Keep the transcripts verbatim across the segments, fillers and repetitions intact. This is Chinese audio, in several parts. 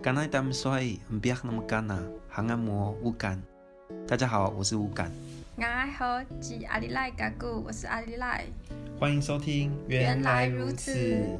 刚才他们说不要那么干呐，还按摩无感。大家好，我是无感。 大家好，是阿里赖嘎古，我是阿里赖。 欢迎收听， 原来如此。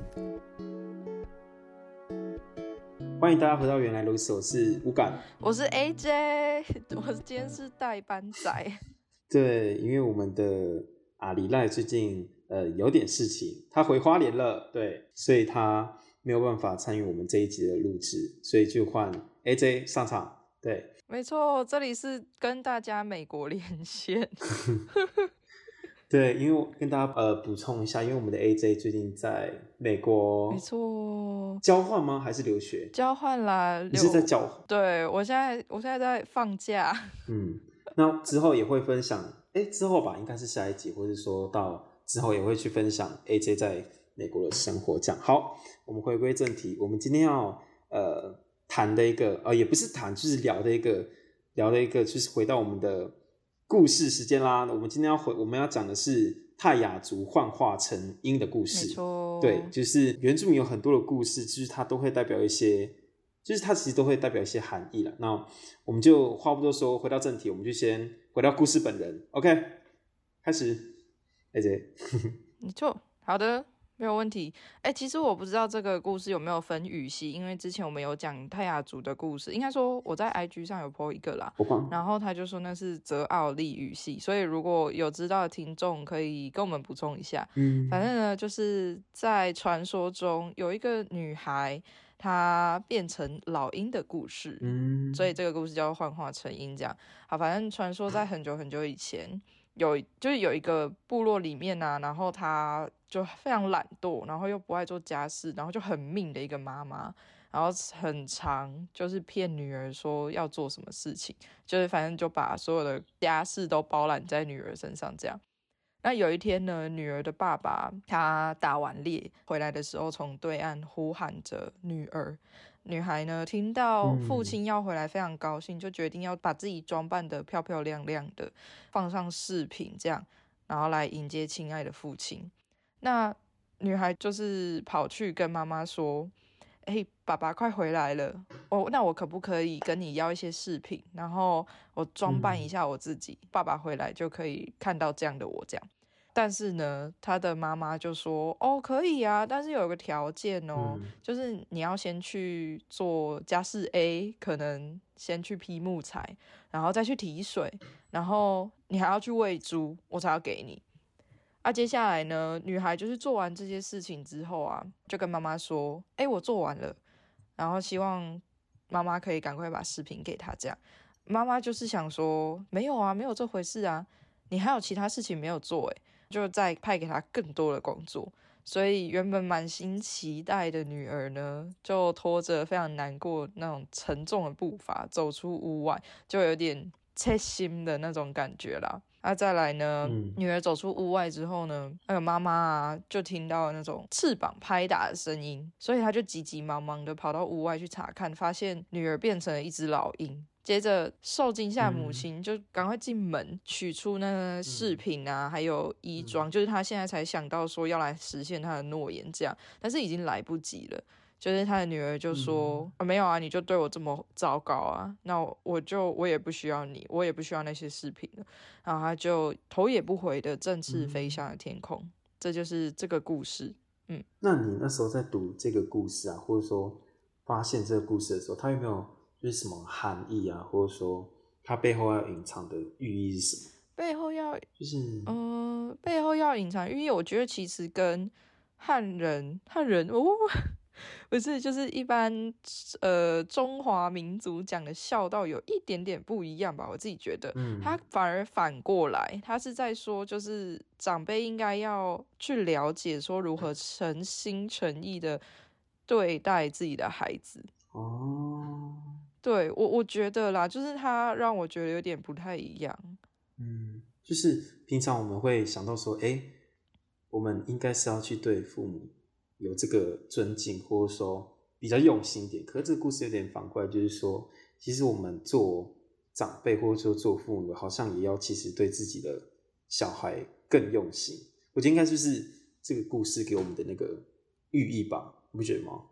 欢迎大家回到原来如此，我是无感， 我是 A J， 我今天是代班仔。 对，因为我们的阿里赖最近呃有点事情，他回花莲了，对，所以他没有办法参与我们这一集的录制，所以就换 A J 上场。对， 没错，这里是跟大家美国连线。 对，因为我跟大家呃补充一下，因为我们的 A J 最近在美国， 没错， 交换吗？还是留学？ 交换啦， 你是在交换？ 对，我现在我现在在放假。 嗯，那之后也会分享，哎，之后吧，应该是下一集，或者说到之后也会去分享 A J 在美国的生活。这样好，我们回归正题，我们今天要呃谈的一个呃也不是谈，就是聊的一个聊的一个，就是回到我们的故事时间啦。我们今天要回我们要讲的是泰雅族幻化成鹰的故事。 没错， 对，就是原住民有很多的故事，就是它都会代表一些，就是它其实都会代表一些含义啦。那我们就话不多说，回到正题，我们就先回到故事本人。OK， 开始。A J， 没错，好的。没有问题。哎，其实我不知道这个故事有没有分语系，因为之前我们有讲泰雅族的故事，应该说我在 I G 上有 po 一个啦，然后他就说那是泽奥利语系，所以如果有知道的听众可以跟我们补充一下。嗯，反正呢，就是在传说中有一个女孩，她变成老鹰的故事，嗯，所以这个故事叫幻化成鹰这样。好，反正传说在很久很久以前。有就是有一个部落里面啊，然后他就非常懒惰，然后又不爱做家事，然后就很命的一个妈妈，然后很常就是骗女儿说要做什么事情，就是反正就把所有的家事都包揽在女儿身上这样。那有一天呢，女儿的爸爸他打完猎回来的时候，从对岸呼喊着女儿。女孩呢听到父亲要回来，非常高兴，就决定要把自己装扮得漂漂亮亮的，放上饰品这样，然后来迎接亲爱的父亲。那女孩就是跑去跟妈妈说，哎，爸爸快回来了，哦，那我可不可以跟你要一些饰品，然后我装扮一下我自己，嗯，爸爸回来就可以看到这样的我这样。但是呢，他的妈妈就说，哦，可以啊，但是有个条件哦，嗯，就是你要先去做家事 A， 可能先去劈木材，然后再去提水，然后你还要去喂猪，我才要给你。啊，接下来呢，女孩就是做完这些事情之后啊，就跟妈妈说，哎，我做完了，然后希望妈妈可以赶快把视频给她这样。妈妈就是想说，没有啊，没有这回事啊，你还有其他事情没有做诶，就再派给她更多的工作。所以原本满心期待的女儿呢，就拖着非常难过那种沉重的步伐走出屋外，就有点切心的那种感觉啦。啊，再来呢，嗯，女儿走出屋外之后呢，那个妈妈啊就听到那种翅膀拍打的声音，所以她就急急忙忙的跑到屋外去查看，发现女儿变成了一只老鹰。接着受惊吓母亲就赶快进门取出那个饰品啊，嗯，还有衣装，就是她现在才想到说要来实现她的诺言这样，但是已经来不及了。就是他的女儿就说，嗯啊，没有啊，你就对我这么糟糕啊，那我就我也不需要你，我也不需要那些饰品了。然后他就头也不回的振翅飞向了天空，嗯，这就是这个故事。嗯， 那你那时候在读这个故事啊，或者说发现这个故事的时候，它有没有就是什么含义啊，或者说它背后要隐藏的寓意是什么？ 背后要就是嗯、呃，背后要隐藏寓意，我觉得其实跟汉人汉人哦。不是，就是一般呃中华民族讲的孝道有一点点不一样吧，我自己觉得，嗯，他反而反过来，他是在说，就是长辈应该要去了解说如何诚心诚意的对待自己的孩子。哦，对，我我觉得啦，就是他让我觉得有点不太一样。 嗯，就是平常我们会想到说，哎，我们应该是要去对父母有这个尊敬，或者说比较用心一点。可是这个故事有点反过来，就是说其实我们做长辈或者说做父母好像也要其实对自己的小孩更用心。我觉得应该就是这个故事给我们的那个寓意吧，你不觉得吗？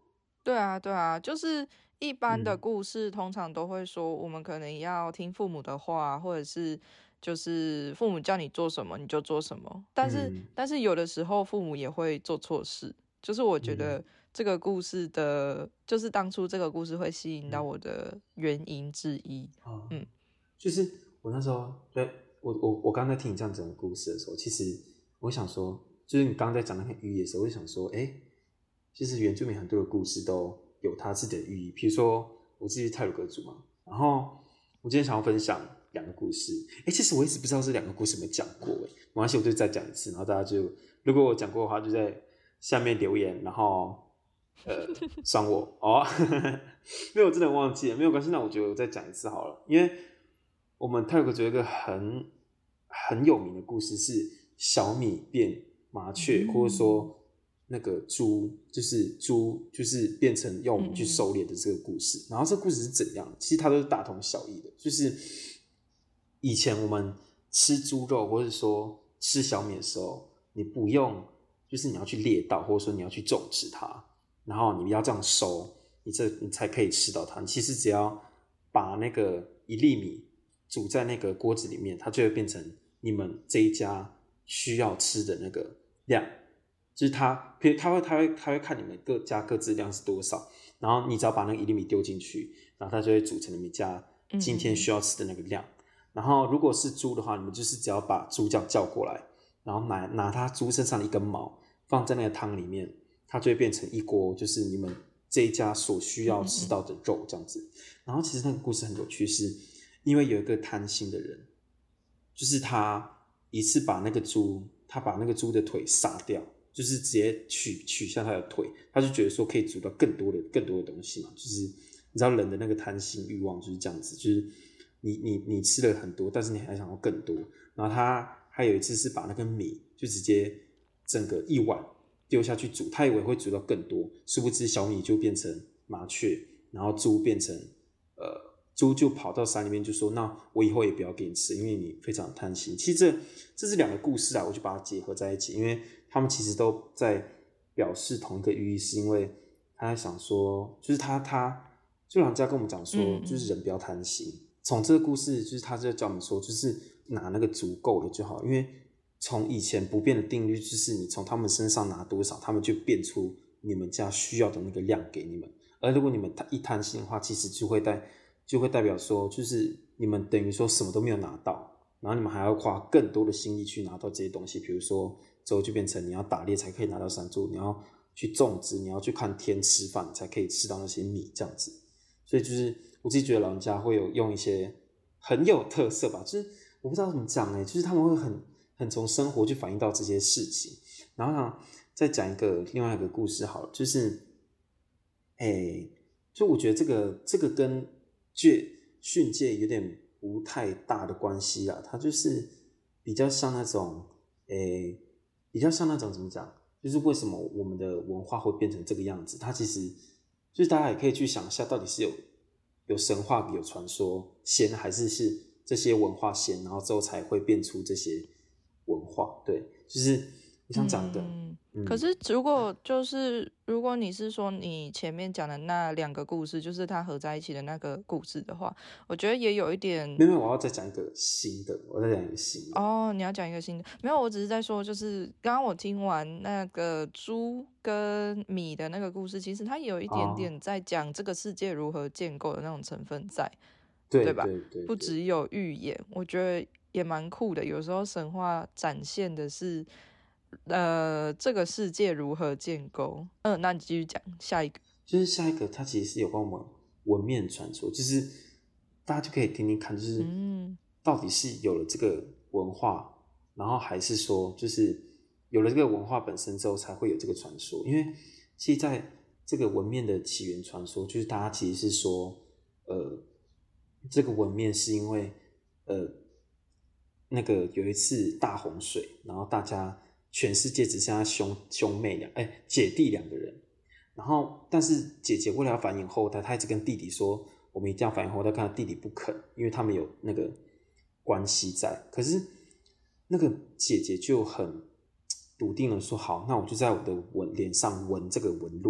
对啊对啊，就是一般的故事通常都会说我们可能要听父母的话，或者是就是父母叫你做什么你就做什么，但是、嗯、但是有的时候父母也会做错事，就是我觉得这个故事的、嗯、就是当初这个故事会吸引到我的原因之一。嗯，嗯就是我那时候对我我我刚才听你这样讲的故事的时候，其实我想说，就是你刚刚在讲那个寓意的时候，我就想说，哎，其实原住民很多的故事都有他自己的寓意。比如说我自己是太鲁阁族嘛，然后我今天想要分享两个故事。哎，其实我一直不知道这两个故事有没有讲过，哎，没关系，我就再讲一次，然后大家就如果我讲过的话，就在下面留言，然后呃酸我哦，没有，我真的忘记了，没有关系，那我觉得我再讲一次好了，因为我们太鲁阁族有一个很很有名的故事是小米变麻雀，嗯、或者说那个猪就是猪就是变成用我们去狩猎的这个故事。嗯、然后这个故事是怎样的？其实它都是大同小异的，就是以前我们吃猪肉或者说吃小米的时候，你不用就是你要去猎到，或者说你要去种植它，然后你要这样收，你这你才可以吃到它。你其实只要把那个一粒米煮在那个锅子里面，它就会变成你们这一家需要吃的那个量，就是它，它会，它会，它会看你们各家各自量是多少，然后你只要把那个一粒米丢进去，然后它就会煮成你们家今天需要吃的那个量。嗯、然后如果是猪的话，你们就是只要把猪叫叫过来，然后拿拿它猪身上的一根毛放在那个汤里面，它就会变成一锅，就是你们这一家所需要吃到的肉这样子。嗯、然后其实那个故事很有趣，是因为有一个贪心的人，就是他一次把那个猪，他把那个猪的腿杀掉，就是直接取取下他的腿，他就觉得说可以煮到更多的更多的东西嘛，就是你知道人的那个贪心欲望就是这样子，就是你你你吃了很多，但是你还想要更多。然后他还有一次是把那个米就直接整个一碗丢下去煮，他以为会煮到更多，殊不知小米就变成麻雀，然后猪变成呃。猪就跑到山里面就说，那我以后也不要给你吃，因为你非常贪心。其实这这是两个故事啊，我就把它结合在一起，因为他们其实都在表示同一个寓意，是因为他在想说，就是他他就老人家跟我们讲说，就是人不要贪心。从、嗯、这个故事就是他就教我们说，就是拿那个足够了就好，因为从以前不变的定律就是你从他们身上拿多少，他们就变出你们家需要的那个量给你们。而如果你们一贪心的话，其实就会带就会代表说，就是你们等于说什么都没有拿到，然后你们还要花更多的心力去拿到这些东西。比如说之后就变成你要打猎才可以拿到山猪，你要去种植，你要去看天吃饭才可以吃到那些米这样子。所以就是我自己觉得老人家会有用一些很有特色吧，就是我不知道怎么讲欸，就是他们会很很从生活去反映到这些事情。然后呢，再讲一个另外一个故事好了，就是诶，就我觉得这个这个跟界训诫有点不太大的关系啦，它就是比较像那种诶，比较像那种怎么讲，就是为什么我们的文化会变成这个样子。它其实就是大家也可以去想一下，到底是有有神话有传说先，还是是这些文化先，然后之后才会变出这些文化。对，就是我想讲的。 嗯嗯、可是如果就是如果你是说你前面讲的那两个故事，就是它合在一起的那个故事的话，我觉得也有一点。 没有，我要再讲一个新的，我再讲一个新的。 哦，你要讲一个新的？没有，我只是在说，就是刚刚我听完那个猪跟米的那个故事，其实它也有一点点在讲这个世界如何建构的那种成分在， 对对吧？ 对对对， 不只有预言，我觉得也蛮酷的。有时候神话展现的是。呃，这个世界如何建构？嗯，那你继续讲下一个。 就是下一个，它其实是有关我们文面传说，就是大家就可以听听看，就是到底是有了这个文化，嗯、然后还是说，就是有了这个文化本身之后才会有这个传说。因为其实在这个文面的起源传说，就是大家其实是说，呃，这个文面是因为呃那个有一次大洪水，然后大家。全世界只剩下兄兄妹两哎姐弟两个人，然后但是姐姐为了要繁衍后代，她一直跟弟弟说，我们一定要繁衍后代，看到弟弟不肯，因为他们有那个关系在。可是那个姐姐就很笃定的说，好，那我就在我的纹脸上纹这个纹路，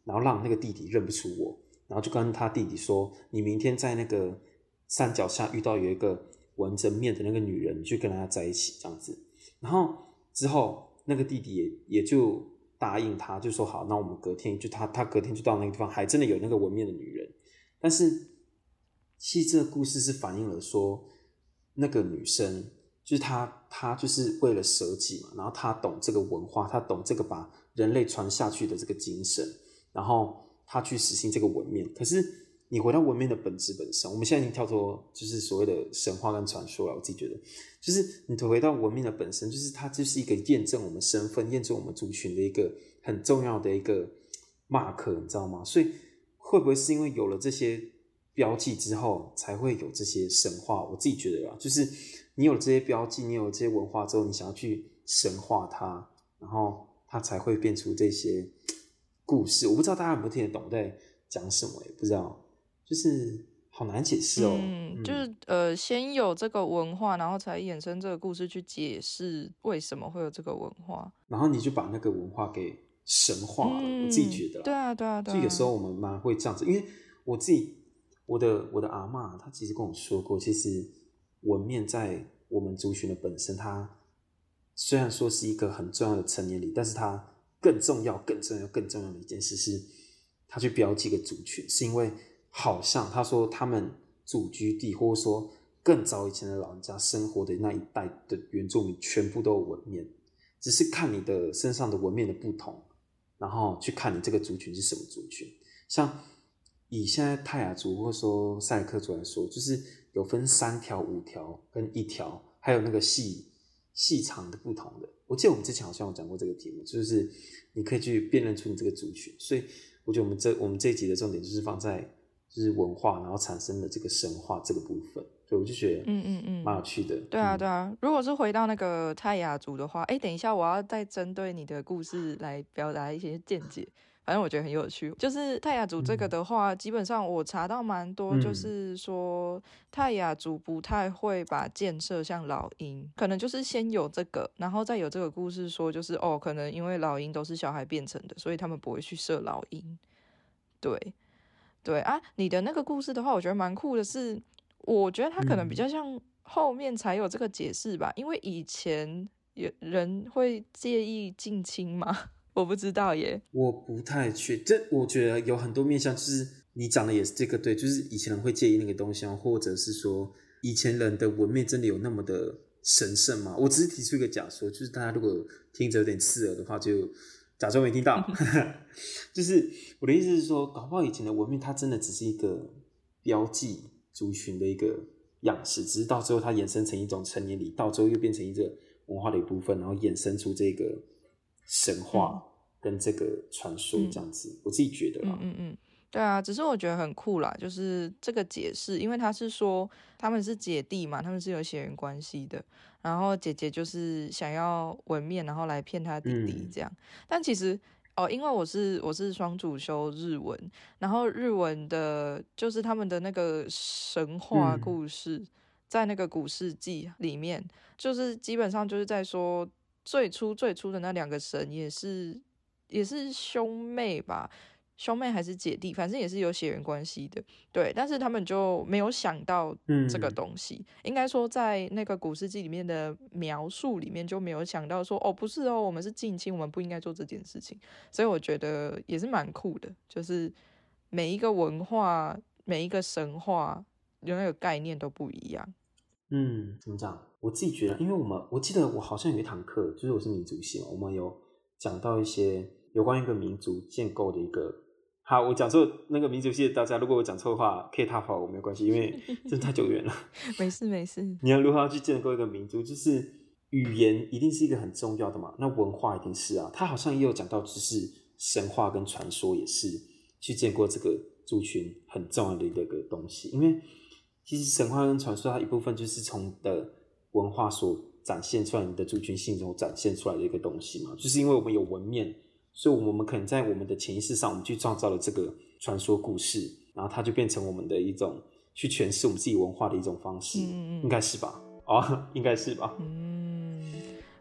然后让那个弟弟认不出我，然后就跟他弟弟说，你明天在那个山脚下遇到有一个纹着面的那个女人，你去跟她在一起这样子。然后之后那个弟弟 也, 也就答应他，就说好，那我们隔天就他他隔天就到那个地方，还真的有那个纹面的女人。但是其实这个故事是反映了说，那个女生就是她她就是为了舍己嘛，然后她懂这个文化，她懂这个把人类传下去的这个精神，然后她去实行这个纹面。可是你回到纹面的本质本身，我们现在已经跳脱就是所谓的神话跟传说了，我自己觉得就是你回到纹面的本身，就是它就是一个验证我们身份，验证我们族群的一个很重要的一个 mark， 你知道吗？所以会不会是因为有了这些标记之后才会有这些神话？我自己觉得啦，就是你有了这些标记，你有了这些文化之后，你想要去神化它，然后它才会变出这些故事。我不知道大家有没有听得懂我在讲什么，也不知道，就是好难解释哦。 嗯，嗯就是呃，先有这个文化，然后才衍生这个故事去解释为什么会有这个文化， 然后你就把那个文化给神化了。嗯、我自己觉得啦， 对啊，对啊，对啊。 所以有时候我们蛮会这样子，因为我自己。我的我的阿嬷她其实跟我说过，其实纹面在我们族群的本身，它虽然说是一个很重要的成年礼，但是它更重要、更重要、更重要的一件事是，它去标记一个族群，是因为好像他说他们祖居地，或者说更早以前的老人家生活的那一代的原住民，全部都有纹面，只是看你的身上的纹面的不同，然后去看你这个族群是什么族群，像。以现在泰雅族或者说赛尔克族来说，就是有分三条、五条跟一条，还有那个细细长的不同的。我记得我们之前好像有讲过这个题目，就是你可以去辨认出你这个族群。所以我觉得我们这我们这一集的重点就是放在就是文化，然后产生的这个神话这个部分。所以我就觉得嗯嗯嗯蛮有趣的。 对啊对啊，如果是回到那个泰雅族的话，哎，等一下我要再针对你的故事来表达一些见解。反正我觉得很有趣，就是泰雅族这个的话、嗯、基本上我查到蛮多，就是说、嗯、泰雅族不太会把箭射向老鹰，可能就是先有这个，然后再有这个故事说就是哦，可能因为老鹰都是小孩变成的，所以他们不会去射老鹰。对对啊，你的那个故事的话我觉得蛮酷的是，我觉得它可能比较像后面才有这个解释吧、嗯、因为以前有人会介意近亲吗？我不知道耶， 我不太确定，这我觉得有很多面向，就是你讲的也是这个对，就是以前人会介意那个东西，或者是说以前人的纹面真的有那么的神圣吗？我只是提出一个假说，就是大家如果听着有点刺耳的话，就假装没听到。就是我的意思是说，搞不好以前的纹面它真的只是一个标记族群的一个样式，只是到最后它衍生成一种成年礼，到最后又变成一个文化的一部分，然后衍生出这个神话跟这个传说这样子、嗯、我自己觉得啦。 嗯嗯嗯，对啊，只是我觉得很酷啦，就是这个解释，因为他是说他们是姐弟嘛，他们是有血缘关系的，然后姐姐就是想要纹面，然后来骗他弟弟这样、嗯、但其实哦，因为我是我是双主修日文，然后日文的就是他们的那个神话故事、嗯、在那个古事记里面，就是基本上就是在说最初最初的那两个神也是也是兄妹吧，兄妹还是姐弟，反正也是有血缘关系的，对，但是他们就没有想到这个东西、嗯、应该说在那个古事记里面的描述里面就没有想到说哦不是哦，我们是近亲，我们不应该做这件事情，所以我觉得也是蛮酷的，就是每一个文化每一个神话有那个概念都不一样。 嗯，怎么讲？我自己觉得，因为我们我记得我好像有一堂课，就是我是民族系嘛，我们有讲到一些有关一个民族建构的一个。好，我讲错那个民族系的大家，如果我讲错的话，可以踏跑我没有关系，因为真的太久远了。 没事没事。 你要如何要去建构一个民族，就是语言一定是一个很重要的嘛，那文化一定是啊。他好像也有讲到，就是神话跟传说也是去建构这个族群很重要的一个东西，因为。其实神话跟传说它一部分就是从你的文化所展现出来，你的族群性中展现出来的一个东西嘛，就是因为我们有纹面，所以我们可能在我们的潜意识上我们去创造了这个传说故事，然后它就变成我们的一种去诠释我们自己文化的一种方式。嗯嗯应该是吧哦应该是吧。 嗯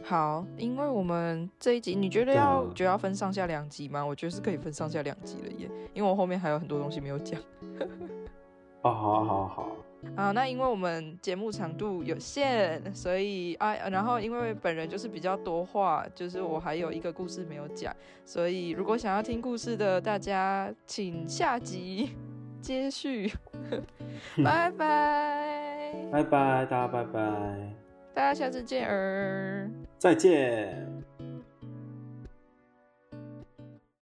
好，因为我们这一集，你觉得要觉得要分上下两集吗？我觉得是可以分上下两集了耶，因为我后面还有很多东西没有讲。 哦，好好好。 啊，那因为我们节目长度有限，所以啊，然后因为本人就是比较多话，就是我还有一个故事没有讲，所以如果想要听故事的大家，请下集接续。拜拜， 拜拜，大家拜拜， 大家下次见儿， 再见。